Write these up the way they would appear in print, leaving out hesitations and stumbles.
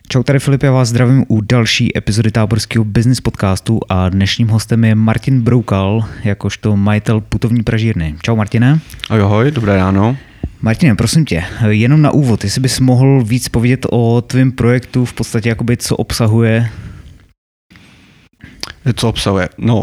Čau, tady Filip, já vás zdravím u další epizody Táborského business podcastu a dnešním hostem je Martin Broukal, jakožto majitel putovní pražírny. Čau Martine. Ahoj, dobré ráno. Martine, prosím tě, jenom na úvod, jestli bys mohl víc povědět o tvém projektu, v podstatě jakoby co obsahuje? Co obsahuje? No,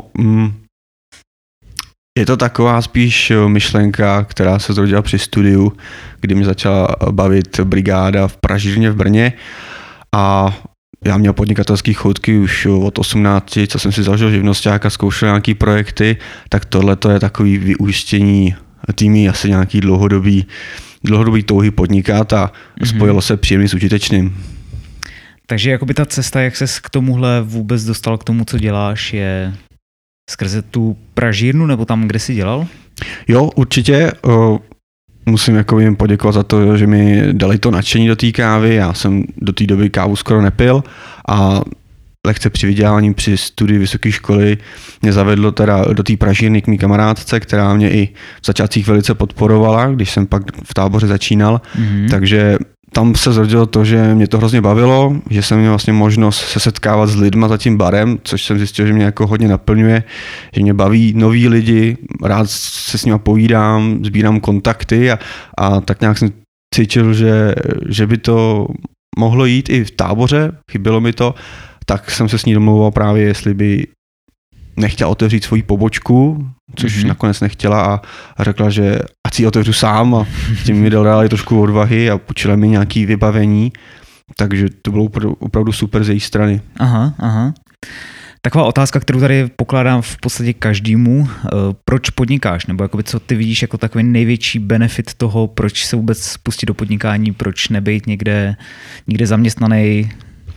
je to taková spíš myšlenka, která se zrodila při studiu, kdy mě začala bavit brigáda v pražírně v Brně a já měl podnikatelské choutky už od 18, co jsem si založil živnosťák a zkoušel nějaký projekty, tak tohle to je takový vyústění týmy asi nějaký dlouhodobý touhy podnikat a spojilo se příjemný s užitečným. Takže jakoby ta cesta, jak ses k tomuhle vůbec dostal k tomu, co děláš, je skrze tu pražírnu nebo tam, kde jsi dělal? Jo, určitě. Musím jako jim poděkovat za to, že mi dali to nadšení do té kávy. Já jsem do té doby kávu skoro nepil a lehce při vydělávání při studii vysoké školy mě zavedlo teda do té pražírny k mý kamarádce, která mě i v začátcích velice podporovala, když jsem pak v táboře začínal. Takže tam se zrodilo to, že mě to hrozně bavilo, že jsem měl vlastně možnost se setkávat s lidma za tím barem, což jsem zjistil, že mě jako hodně naplňuje, že mě baví noví lidi, rád se s nimi povídám, sbírám kontakty a tak nějak jsem cítil, že by to mohlo jít i v táboře, chybělo mi to, tak jsem se s ní domlouval právě, jestli by nechtěla otevřít svoji pobočku, což nakonec nechtěla a řekla, že ať si ji otevřu sám a tím mi dali trošku odvahy a půjčila mi nějaké vybavení, takže to bylo opravdu super z její strany. Aha. Taková otázka, kterou tady pokládám v podstatě každému, proč podnikáš, nebo jakoby co ty vidíš jako takový největší benefit toho, proč se vůbec pustit do podnikání, proč nebejt někde zaměstnaný?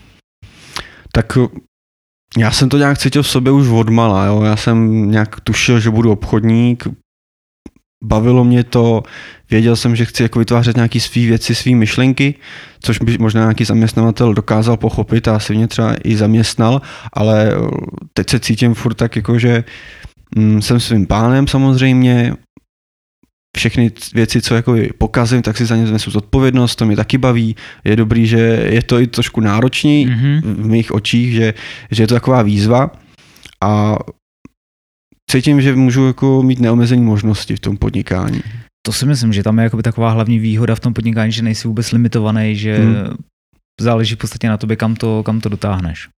Tak já jsem to nějak cítil v sobě už odmala, jo. Já jsem nějak tušil, že budu obchodník, bavilo mě to, věděl jsem, že chci jako vytvářet nějaký svý věci, svý myšlenky, což by možná nějaký zaměstnavatel dokázal pochopit a asi mě třeba i zaměstnal, ale teď se cítím furt tak jako, že jsem svým pánem samozřejmě, všechny věci, co jako pokazím, tak si za ně znesu zodpovědnost, to mě taky baví. Je dobrý, že je to i trošku náročný v mých očích, že je to taková výzva a cítím, že můžu jako mít neomezené možnosti v tom podnikání. To si myslím, že tam je jakoby taková hlavní výhoda v tom podnikání, že nejsi vůbec limitovaný, že záleží v podstatě na tobě, kam to dotáhneš.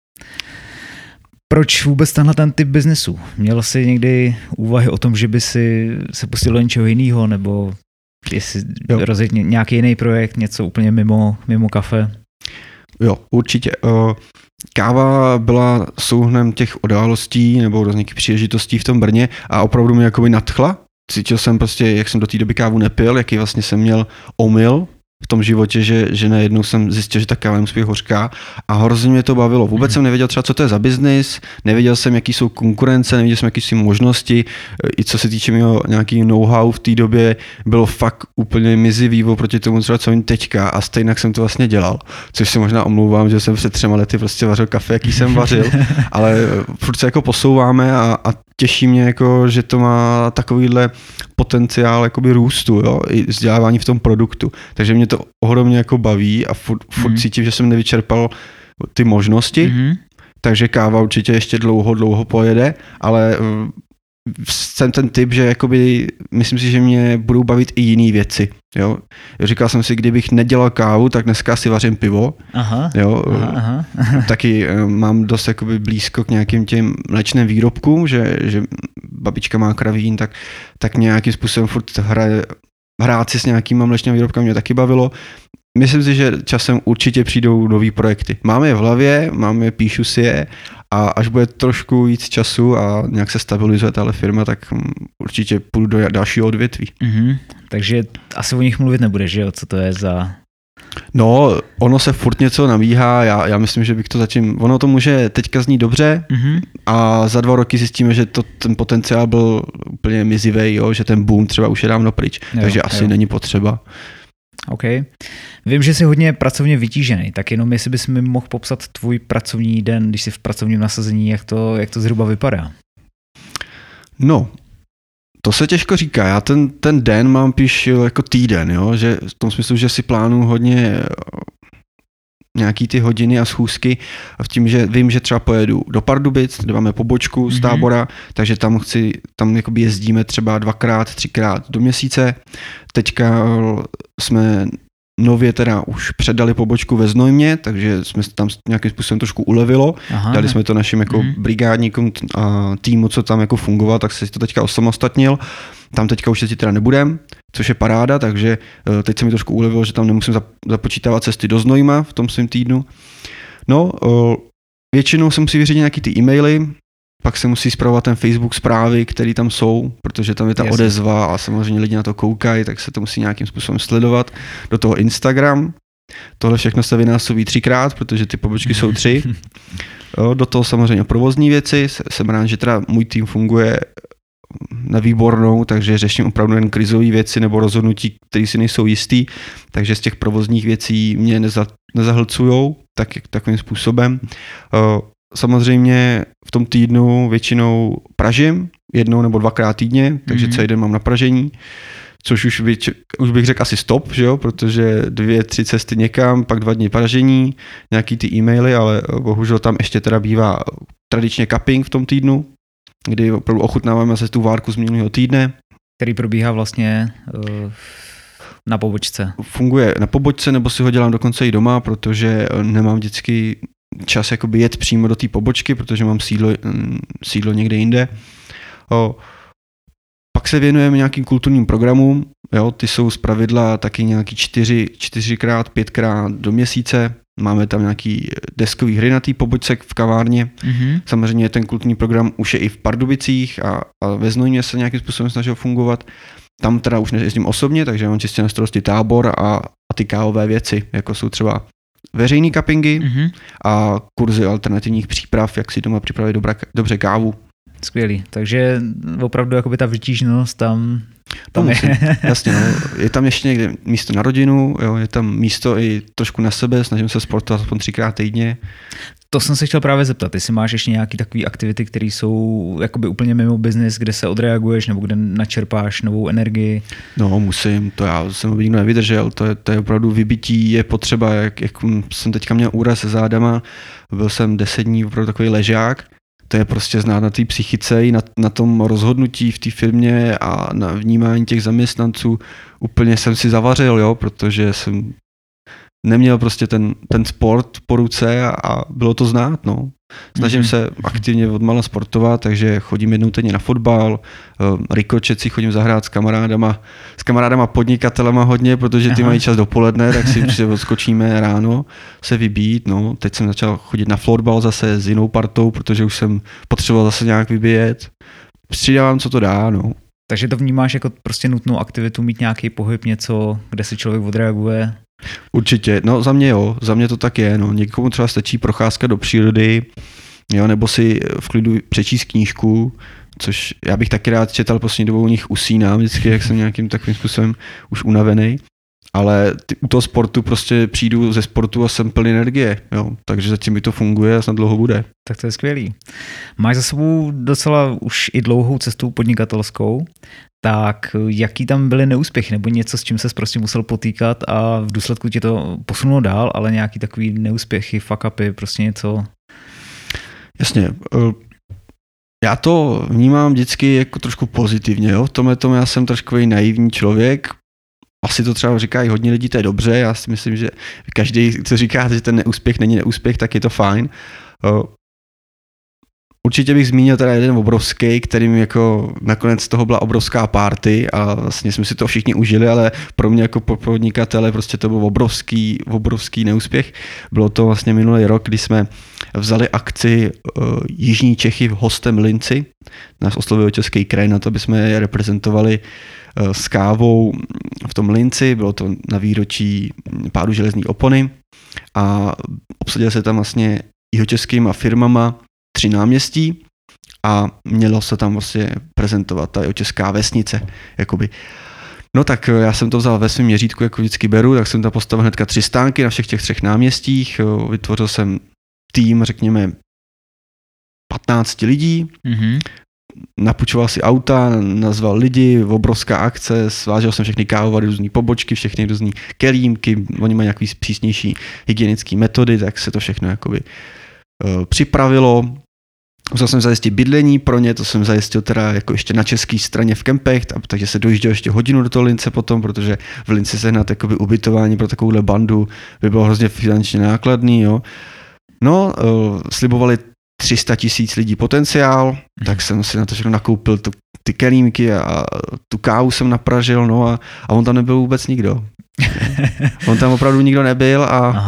Proč vůbec tenhle ten typ biznesu? Měl jsi někdy úvahy o tom, že by si se pustil do něčeho jiného, nebo jestli rozjet nějaký jiný projekt, něco úplně mimo kafe? Jo, určitě. Káva byla souhrnem těch událostí nebo různých příležitostí v tom Brně a opravdu mě jakoby nadchla. Cítil jsem prostě, jak jsem do té doby kávu nepil, jaký vlastně jsem měl omyl v tom životě, že najednou jsem zjistil, že ta káva musí být hořká a hrozně mě to bavilo. Vůbec jsem nevěděl třeba, co to je za biznis, nevěděl jsem, jaký jsou konkurence, nevěděl jsem, jaký jsou možnosti. I co se týče mého nějaký know-how v té době, bylo fakt úplně mizivý oproti tomu, třeba co jim teďka a stejně jsem to vlastně dělal. Což se možná omlouvám, že jsem před 3 lety prostě vařil kafe, jaký jsem vařil, ale furt se jako posouváme a těší mě, jako, že to má takovýhle potenciál jakoby růstu, jo, i vzdělávání v tom produktu. Takže mě to ohromně jako baví a furt cítím, že jsem nevyčerpal ty možnosti, takže káva určitě ještě dlouho pojede, ale jsem ten typ, že jakoby, myslím si, že mě budou bavit i jiné věci. Jo. Říkal jsem si, kdybych nedělal kávu, tak dneska si vařím pivo. Aha. Taky mám dost jakoby blízko k nějakým těm mléčným výrobkům, že babička má kravín, tak nějakým způsobem furt hrát si s nějakýma mléčnými výrobkami mě taky bavilo. Myslím si, že časem určitě přijdou nový projekty. Máme je v hlavě, píšu si je a až bude trošku víc času a nějak se stabilizuje tahle firma, tak určitě půjdu do dalšího odvětví. Takže asi o nich mluvit nebudeš, že jo? Co to je za... No, ono se furt něco nabíhá, já myslím, že bych to ono to může teďka znít dobře a za 2 roky zjistíme, že ten potenciál byl úplně mizivej, jo? Že ten boom třeba už je dávno pryč, takže asi není potřeba. OK. Vím, že jsi hodně pracovně vytížený, tak jenom jestli bys mi mohl popsat tvůj pracovní den, když jsi v pracovním nasazení, jak to zhruba vypadá? No, to se těžko říká. Já ten den mám píš jako týden, jo? Že v tom smyslu, že si plánuju hodně nějaký ty hodiny a schůzky v tím, že vím, že třeba pojedu do Pardubic, kde máme pobočku z tábora, takže tam jakoby jezdíme třeba 2x, 3x do měsíce. Teďka jsme nově teda už předali pobočku ve Znojmě, takže jsme tam nějakým způsobem trošku ulevilo. Dali jsme to našim jako brigádníkům a týmu, co tam jako fungoval, tak se to teďka osamostatnil. Tam teďka už teda nebudem, což je paráda, takže teď se mi trošku ulevilo, že tam nemusím započítávat cesty do Znojma v tom svém týdnu. No, většinou se musí vyřídit nějaký ty e-maily, pak se musí spravovat ten Facebook zprávy, které tam jsou, protože tam je ta odezva a samozřejmě lidi na to koukají, tak se to musí nějakým způsobem sledovat. Do toho Instagram, tohle všechno se vynásobí 3x, protože ty pobočky jsou 3. Do toho samozřejmě provozní věci, jsem rád, že teda můj tým funguje na výbornou, takže řeším opravdu jen krizové věci nebo rozhodnutí, které si nejsou jistý, takže z těch provozních věcí mě nezahlcujou takovým způsobem. Samozřejmě v tom týdnu většinou pražím 1 nebo 2x týdně, takže celý den mám na pražení, což už bych řekl asi stop, že jo? Protože 2-3 cesty někam, pak 2 dny pražení, nějaký ty e-maily, ale bohužel tam ještě teda bývá tradičně cupping v tom týdnu, kdy opravdu ochutnáváme se tu várku z minulého týdne. Který probíhá vlastně na pobočce. Funguje na pobočce, nebo si ho dělám dokonce i doma, protože nemám vždycky čas jakoby jet přímo do té pobočky, protože mám sídlo někde jinde. Pak se věnujeme nějakým kulturním programům, jo, ty jsou zpravidla taky nějaký 4x, 5x do měsíce. Máme tam nějaký deskový hry na té pobočce v kavárně. Samozřejmě ten kulturní program už je i v Pardubicích a ve Znojmě se nějakým způsobem snažil fungovat. Tam teda už nejezdím osobně, takže mám čistě na starosti tábor a ty kávové věci, jako jsou třeba veřejný cuppingy a kurzy alternativních příprav, jak si doma připravit dobře kávu. Skvělý, takže opravdu jakoby ta vytíženost tam je. Jasně, no. Je tam ještě někde místo na rodinu, jo, je tam místo i trošku na sebe, snažím se sportovat aspoň 3x týdně. To jsem se chtěl právě zeptat, jestli máš ještě nějaké takové aktivity, které jsou jakoby úplně mimo biznis, kde se odreaguješ nebo kde načerpáš novou energii? No musím, to já jsem nikdo nevydržel, to je opravdu vybití, je potřeba, jak jsem teďka měl úraz se zádama, byl jsem 10 dní opravdu takový ležák. To je prostě znát na té psychice i na tom rozhodnutí v té firmě a na vnímání těch zaměstnanců. Úplně jsem si zavařil, jo, protože jsem neměl prostě ten sport po ruce a bylo to znát, no. Snažím se aktivně odmala sportovat, takže chodím jednou týdně na fotbal, rikočet si chodím zahrát s kamarádama podnikatelema hodně, protože ty mají čas dopoledne, tak si odskočíme ráno se vybít, no. Teď jsem začal chodit na florbal zase s jinou partou, protože už jsem potřeboval zase nějak vybíjet. Přidávám, co to dá, no. Takže to vnímáš jako prostě nutnou aktivitu, mít nějaký pohyb, něco, kde si člověk odreaguje? Určitě, no za mě to tak je, no. Někomu třeba stačí procházka do přírody, jo, nebo si v klidu přečíst knížku, což já bych taky rád četl, poslední dobou u nich usínám vždycky, jak jsem nějakým takovým způsobem už unavený, ale u toho sportu prostě přijdu ze sportu a jsem plný energie, jo, takže zatím mi to funguje a snad dlouho bude. Tak to je skvělý. Máš za sebou docela už i dlouhou cestu podnikatelskou, tak jaký tam byly neúspěchy nebo něco, s čím ses prostě musel potýkat a v důsledku tě to posunulo dál, ale nějaký takový neúspěchy, fuck upy, prostě něco? Jasně. Já to vnímám vždycky jako trošku pozitivně, jo. V tomhle tomu já jsem trošku naivní člověk. Asi to třeba říkají hodně lidí, to je dobře. Já si myslím, že každý, co říká, že ten neúspěch není neúspěch, tak je to fajn. Určitě bych zmínil teda jeden obrovský, kterým jako nakonec toho byla obrovská party a vlastně jsme si to všichni užili, ale pro mě jako podnikatele prostě to byl obrovský neúspěch. Bylo to vlastně minulý rok, kdy jsme vzali akci Jižní Čechy v hostem Linci. Nás oslovil Český kraj na to, aby jsme je reprezentovali s kávou v tom Linci. Bylo to na výročí pádu železné opony a obsadili se tam vlastně jihočeskýma firmama 3 náměstí a mělo se tam vlastně prezentovat ta česká vesnice, jakoby. No tak já jsem to vzal ve svém měřítku, jako vždycky beru, tak jsem tam postavil hnedka 3 stánky na všech těch 3 náměstích, vytvořil jsem tým, řekněme, 15 lidí, napůjčoval si auta, nazval lidi, obrovská akce, svážel jsem všechny kávovary, různý pobočky, všechny různý kelímky, oni mají nějaký přísnější hygienické metody, tak se to všechno jakoby připravilo. Musel jsem zajistit bydlení pro ně, to jsem zajistil teda jako ještě na české straně v kempech, takže se dojížděl ještě hodinu do toho Lince potom, protože v Linci sehnat jakoby ubytování pro takovouhle bandu by bylo hrozně finančně nákladný. Jo. No, slibovali 300 000 lidí potenciál, tak jsem si na to všechno nakoupil ty kelímky a tu kávu jsem napražil, no a on tam nebyl vůbec nikdo. On tam opravdu nikdo nebyl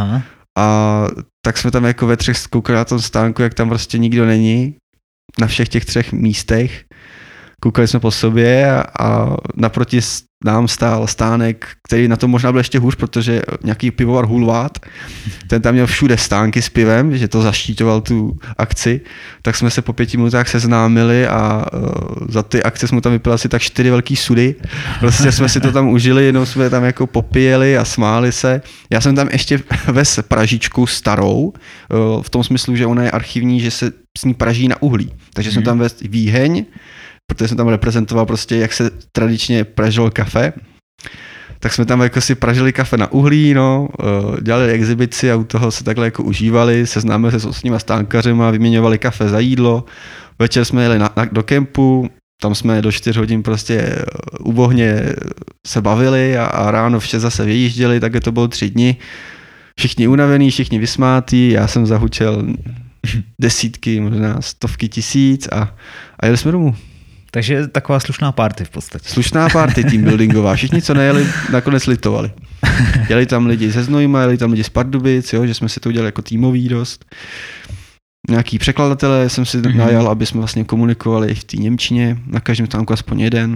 a tak jsme tam jako ve 3 koukali na tom stánku, jak tam prostě nikdo není, na všech těch 3 místech. Koukali jsme po sobě a naproti nám stál stánek, který na tom možná byl ještě hůř, protože nějaký pivovar Hulvát, ten tam měl všude stánky s pivem, že to zaštítoval tu akci, tak jsme se po 5 minutách seznámili a za ty akce jsme tam vypili asi tak 4 velký sudy. Prostě jsme si to tam užili, jednou jsme tam jako popíjeli a smáli se. Já jsem tam ještě vez pražičku starou, v tom smyslu, že ona je archivní, že se s ní praží na uhlí. Takže jsem tam vez výheň, protože jsem tam reprezentoval prostě, jak se tradičně pražilo kafe, tak jsme tam jako si pražili kafe na uhlí, no, dělali exibici a u toho se takhle jako užívali, seznámili se s ostatníma stánkařema, vyměňovali kafe za jídlo, večer jsme jeli do kempu, tam jsme do 4 hodin prostě u ohně se bavili a ráno v 6 zase vyjížděli, takže to bylo 3 dny, všichni unavený, všichni vysmátí, já jsem zahučel desítky, možná 100 000 a jeli jsme domů. Takže taková slušná party v podstatě. Slušná party teambuildingová. Všichni, co nejeli, nakonec litovali. Jeli tam lidi ze Znojma, jeli tam lidi z Pardubic, jo, že jsme si to udělali jako týmový dost. Nějaký překladatelé jsem si najal, aby jsme vlastně komunikovali v té němčině, na každém stánku aspoň jeden.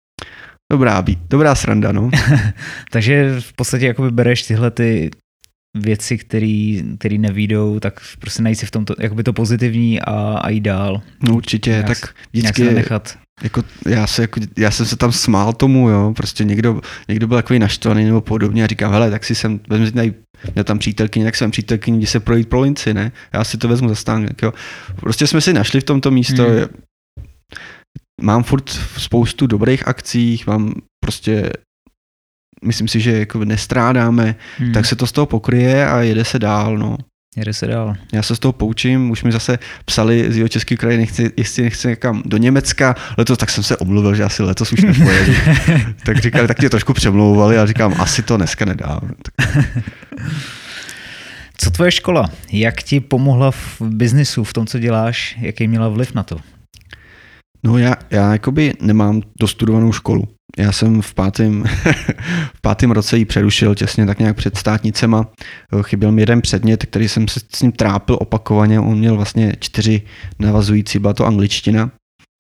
Dobrá sranda, no. Takže v podstatě jakoby bereš tyhle ty věci, které nevídou, tak prostě najít si v tom jakoby to pozitivní a jít dál. No určitě, tak vždycky nechat. Jako já jsem se tam smál tomu, jo, prostě někdo byl takový naštvaný nebo podobně a říkám, hele, tak si sem, vezmi si tady, měl tam přítelkyni, tak jsem přítelkyni, jdi se projít pro Linci, ne? Já si to vezmu za stánek, jo. Prostě jsme si našli v tomto místo, mám furt spoustu dobrých akcí, mám prostě myslím si, že jako nestrádáme, tak se to z toho pokryje a jede se dál, no. Jede se dál. Já se z toho poučím, už mi zase psali z Jihočeského kraje, jestli nechci někam do Německa, letos, tak jsem se omluvil, že asi letos už nepojedu. Tak říkali, tak tě trošku přemlouvali a říkám, asi to dneska nedám. Co tvoje škola? Jak ti pomohla v biznisu, v tom, co děláš? Jaký měla vliv na to? No já jakoby nemám dostudovanou školu. Já jsem v pátém roce ji přerušil těsně tak nějak před státnicema. Chyběl mi jeden předmět, který jsem se s ním trápil opakovaně. On měl vlastně 4 navazující, byla to angličtina.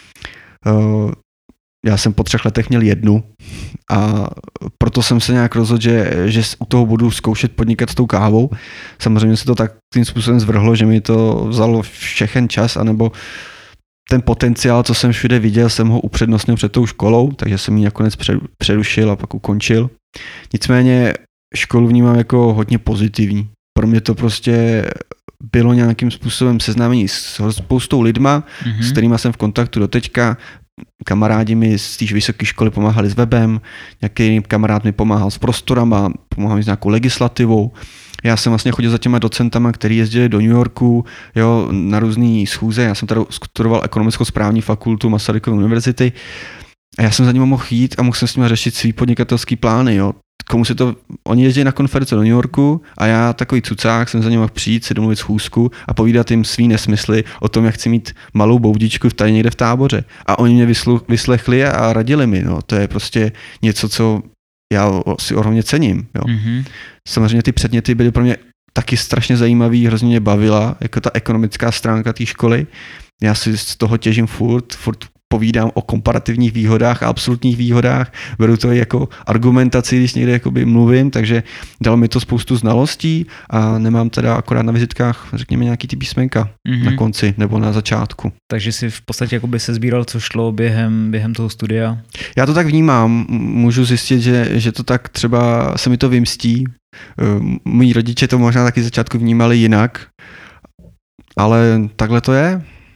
Já jsem po 3 letech měl 1 a proto jsem se nějak rozhodl, že u toho budu zkoušet podnikat s tou kávou. Samozřejmě se to tak tím způsobem zvrhlo, že mi to vzalo všechen čas, anebo ten potenciál, co jsem všude viděl, jsem ho upřednostnil před tou školou, takže jsem ji nakonec přerušil a pak ukončil. Nicméně školu vnímám jako hodně pozitivní. Pro mě to prostě bylo nějakým způsobem seznámení s spoustou lidma, s kterými jsem v kontaktu doteďka. Kamarádi mi z té vysoké školy pomáhali s webem, nějaký kamarád mi pomáhal s prostorama, pomáhal mi s nějakou legislativou. Já jsem vlastně chodil za těma docentama, který jezdili do New Yorku, jo, na různý schůze. Já jsem tady studoval ekonomicko-správní fakultu Masarykovy univerzity a já jsem za nimi mohl jít a mohl jsem s nimi řešit svý podnikatelský plány, jo. Oni jezdí na konference do New Yorku a já takový cucák jsem za nimi mohl přijít, si domluvit schůzku a povídat jim svý nesmysly o tom, jak chci mít malou boudičku tady někde v Táboře. A oni mě vyslechli a radili mi, no. To je prostě něco, co já si ohromně cením, jo. Samozřejmě ty předměty byly pro mě taky strašně zajímavý, hrozně mě bavila, jako ta ekonomická stránka té školy. Já si z toho těžím furt povídám o komparativních výhodách a absolutních výhodách, beru to jako argumentaci, když někde jakoby mluvím, takže dalo mi to spoustu znalostí a nemám teda akorát na vizitkách, řekněme, nějaký ty písmenka na konci nebo na začátku. Takže si v podstatě jakoby se sbíral, co šlo během toho studia? Já to tak vnímám, můžu zjistit, že to tak třeba se mi to vymstí. Moji rodiče to možná taky začátku vnímali jinak, ale takhle to je.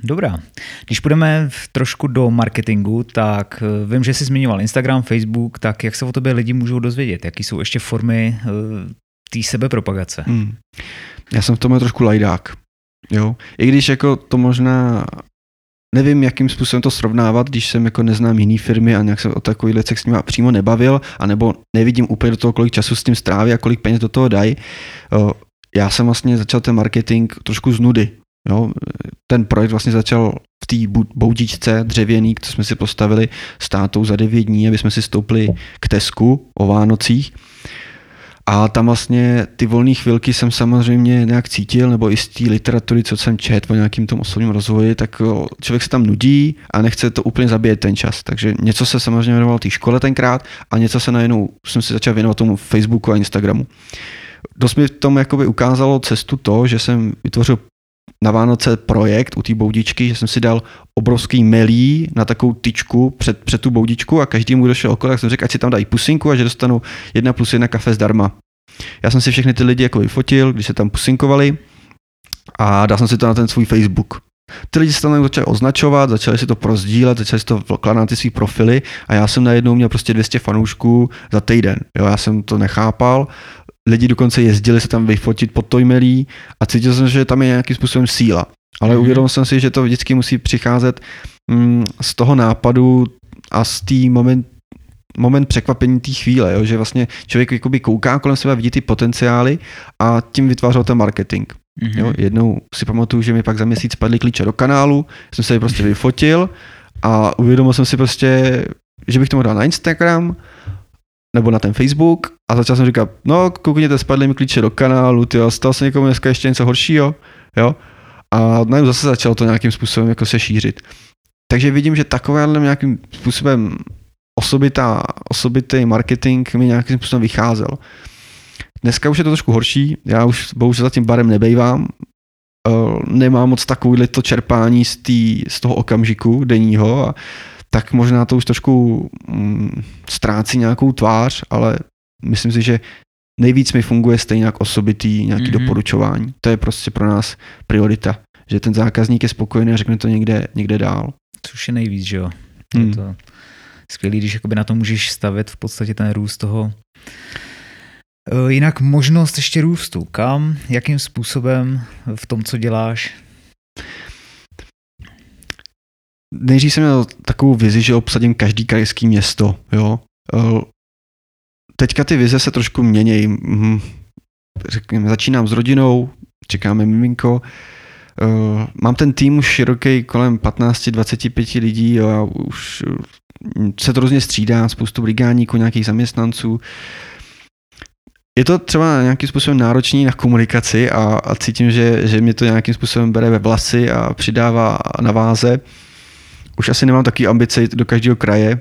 Dobrá. Když půjdeme trošku do marketingu, tak vím, že jsi zmiňoval Instagram, Facebook, tak jak se o tobě lidi můžou dozvědět? Jaký jsou ještě formy té sebepropagace? Já jsem v tomhle trošku lajdák. Jo? I když jako to možná nevím, jakým způsobem to srovnávat, když jsem jako neznám jiný firmy a nějak se o takových věcech s nimi přímo nebavil, anebo nevidím úplně do toho, kolik času s tím stráví a kolik peněz do toho dají. Já jsem vlastně začal ten marketing trošku z nudy. Jo? Ten projekt vlastně začal v té boudičce dřevěný, co jsme si postavili s tátou za 9 dní, aby jsme si stoupli k Tesku o Vánocích. A tam vlastně ty volné chvilky jsem samozřejmě nějak cítil, nebo i z té literatury, co jsem četl o nějakým tom osobním rozvoji, tak člověk se tam nudí a nechce to úplně zabíjet ten čas. Takže něco se samozřejmě věnoval té škole tenkrát a něco se najednou jsem si začal věnovat tomu Facebooku a Instagramu. Dost mi v tom jakoby ukázalo cestu to, že jsem vytvořil na Vánoce projekt u té boudičky, že jsem si dal obrovský melí na takovou tyčku před tu boudičku a každému, kdo šel okolo, tak jsem řekl, ať si tam dají pusinku a že dostanu 1+1 kafe zdarma. Já jsem si všechny ty lidi jako vyfotil, když se tam pusinkovali a dal jsem si to na ten svůj Facebook. Ty lidi se tam začali označovat, začali si to prozdílet, začali si to vkládat na ty svý profily a já jsem najednou měl prostě 200 fanoušků za týden. Jo, já jsem to nechápal. Lidi dokonce jezdili se tam vyfotit pod to melí a cítil jsem, že tam je nějakým způsobem síla. Ale uvědomil jsem si, že to vždycky musí přicházet z toho nápadu a z té moment překvapení té chvíle, jo? Že vlastně člověk jakoby kouká kolem sebe, vidí ty potenciály a tím vytvářel ten marketing. Jo? Jednou si pamatuju, že mi pak za měsíc padly klíče do kanálu, jsem se je prostě vyfotil a uvědomil jsem si prostě, že bych to mohl dát na Instagram nebo na ten Facebook a začal jsem říkat, no koukněte, spadly mi klíče do kanálu, tyjo, stalo se někomu dneska ještě něco horšího, jo? A najednou zase začalo to nějakým způsobem jako se šířit. Takže vidím, že takovým nějakým způsobem osobitý marketing mi nějakým způsobem vycházel. Dneska už je to trošku horší, já už bohužel za tím barem nebejvám, nemám moc takovýhle to čerpání z toho okamžiku denního a tak možná to už trošku ztrácí nějakou tvář, ale myslím si, že nejvíc mi funguje stejně jak osobitý nějaký doporučování. To je prostě pro nás priorita, že ten zákazník je spokojený a řekne to někde dál. Což je nejvíc, že jo? Je to skvělý, když jakoby na to můžeš stavět v podstatě ten růst toho. Jinak možnost ještě růstu. Kam, jakým způsobem v tom, co děláš? Nejdřív jsem měl takovou vizi, že obsadím každý krajský město. Jo? Teďka ty vize se trošku měnějí. Řekněme, začínám s rodinou, čekáme miminko. Mám ten tým už široký kolem 15-25 lidí, jo, a už se to různě střídá, spoustu brigádníků, nějakých zaměstnanců. Je to třeba nějakým způsobem náročný na komunikaci a cítím, že mě to nějakým způsobem bere ve vlasy a přidává na váze. Už asi nemám takový ambice jít do každého kraje.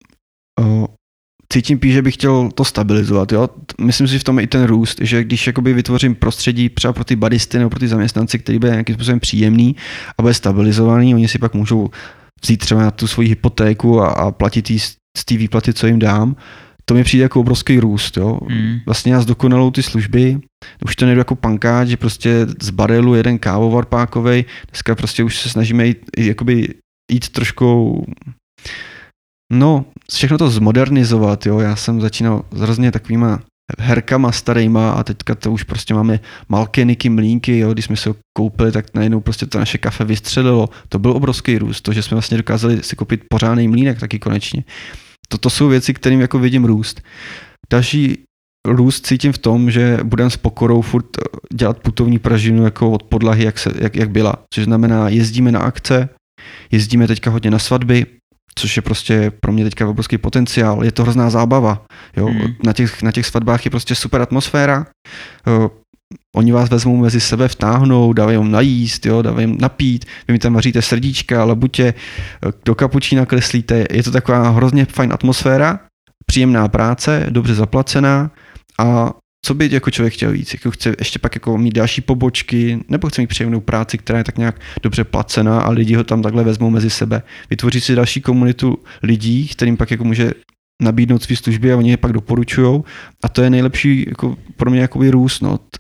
Cítím píš, že bych chtěl to stabilizovat. Jo? Myslím si, že v tom je i ten růst, že když jakoby vytvořím prostředí třeba pro ty badisty nebo pro ty zaměstnanci, který bude nějakým způsobem příjemný a bude stabilizovaný, oni si pak můžou vzít třeba tu svoji hypotéku a platit jí z té výplaty, co jim dám. To mi přijde jako obrovský růst. Jo? Vlastně já zdokonalou ty služby, už to nejdu jako pankáč, že prostě z barelu jeden kávovar pákovej, dneska prostě už se snažíme jít trošku, všechno to zmodernizovat, jo. Já jsem začínal s hrozně takovýma herkama starýma a teďka to už prostě máme malkeniky, mlínky, jo. Když jsme si ho koupili, tak najednou prostě to naše kafe vystřelilo. To byl obrovský růst, to, že jsme vlastně dokázali si koupit pořádný mlýnek taky konečně. To jsou věci, kterým jako vidím růst. Další růst cítím v tom, že budeme s pokorou furt dělat putovní pražinu jako od podlahy, jak byla. Což znamená, jezdíme na akce, jezdíme teďka hodně na svatby, což je prostě pro mě teďka obrovský potenciál. Je to hrozná zábava. Jo? Na těch svatbách je prostě super atmosféra. Oni vás vezmou mezi sebe, vtáhnou, dávají jim najíst, jo? Dávají jim napít, vy mi tam vaříte srdíčka, labutě, do kapučína kreslíte. Je to taková hrozně fajn atmosféra, příjemná práce, dobře zaplacená a co by jako člověk chtěl víc? Jako chce ještě pak jako mít další pobočky, nebo chce mít příjemnou práci, která je tak nějak dobře placená a lidi ho tam takhle vezmou mezi sebe. Vytvoří si další komunitu lidí, kterým pak jako může nabídnout své služby a oni je pak doporučujou. A to je nejlepší jako pro mě jakoby růst. No.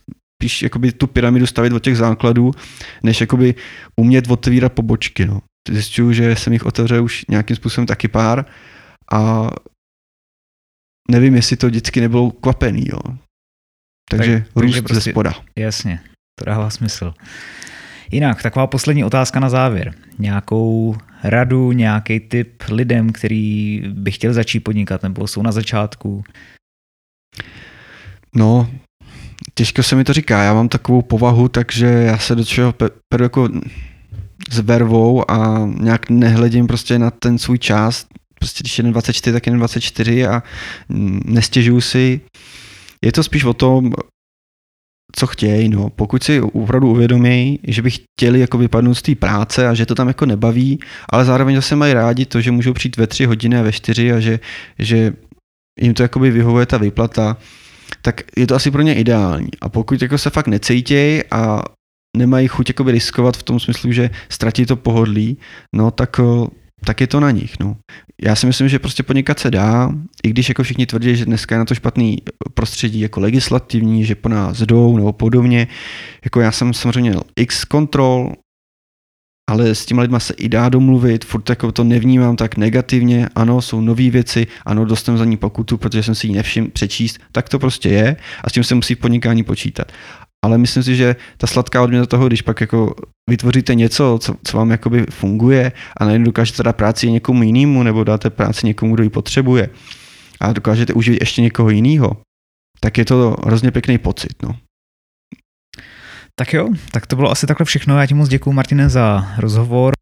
spíš jakoby tu pyramidu stavit od těch základů, než jakoby umět otevírat pobočky. No. Zjišťuju, že jsem jich otevřel už nějakým způsobem taky pár a nevím, jestli to vždycky nebylo kvapený. Jo. Takže růst prostě ze spoda. Jasně, to dává smysl. Jinak, taková poslední otázka na závěr. Nějakou radu, nějaký tip lidem, který by chtěl začít podnikat nebo jsou na začátku? No, těžko se mi to říká. Já mám takovou povahu, takže já se do čeho peru jako s vervou a nějak nehledím prostě na ten svůj čas. Prostě když 1,24, tak 1,24 a nestěžuju si. Je to spíš o tom, co chtějí, no. Pokud si opravdu uvědomí, že by chtěli jako vypadnout z té práce a že to tam jako nebaví, ale zároveň zase mají rádi to, že můžou přijít ve 3 hodiny a ve 4 a že jim to jakoby vyhovuje ta výplata, tak je to asi pro ně ideální. A pokud jako se fakt necítějí a nemají chuť jakoby riskovat v tom smyslu, že ztratí to pohodlí, no tak je to na nich. No. Já si myslím, že prostě podnikat se dá, i když jako všichni tvrdí, že dneska je na to špatný prostředí jako legislativní, že po nás jdou nebo podobně. Jako já jsem samozřejmě měl x kontrol, ale s těma lidma se i dá domluvit, furt jako to nevnímám tak negativně, ano, jsou nové věci, ano, dostanu za ní pokutu, protože jsem si ji nevšiml přečíst, tak to prostě je a s tím se musí v podnikání počítat. Ale myslím si, že ta sladká odměna toho, když pak jako vytvoříte něco, co vám jakoby funguje a najednou dokážete dát práci někomu jinému nebo dáte práci někomu, kdo ji potřebuje a dokážete uživit ještě někoho jiného, tak je to hrozně pěkný pocit. No. Tak jo, tak to bylo asi takhle všechno. Já ti moc děkuju, Martine, za rozhovor.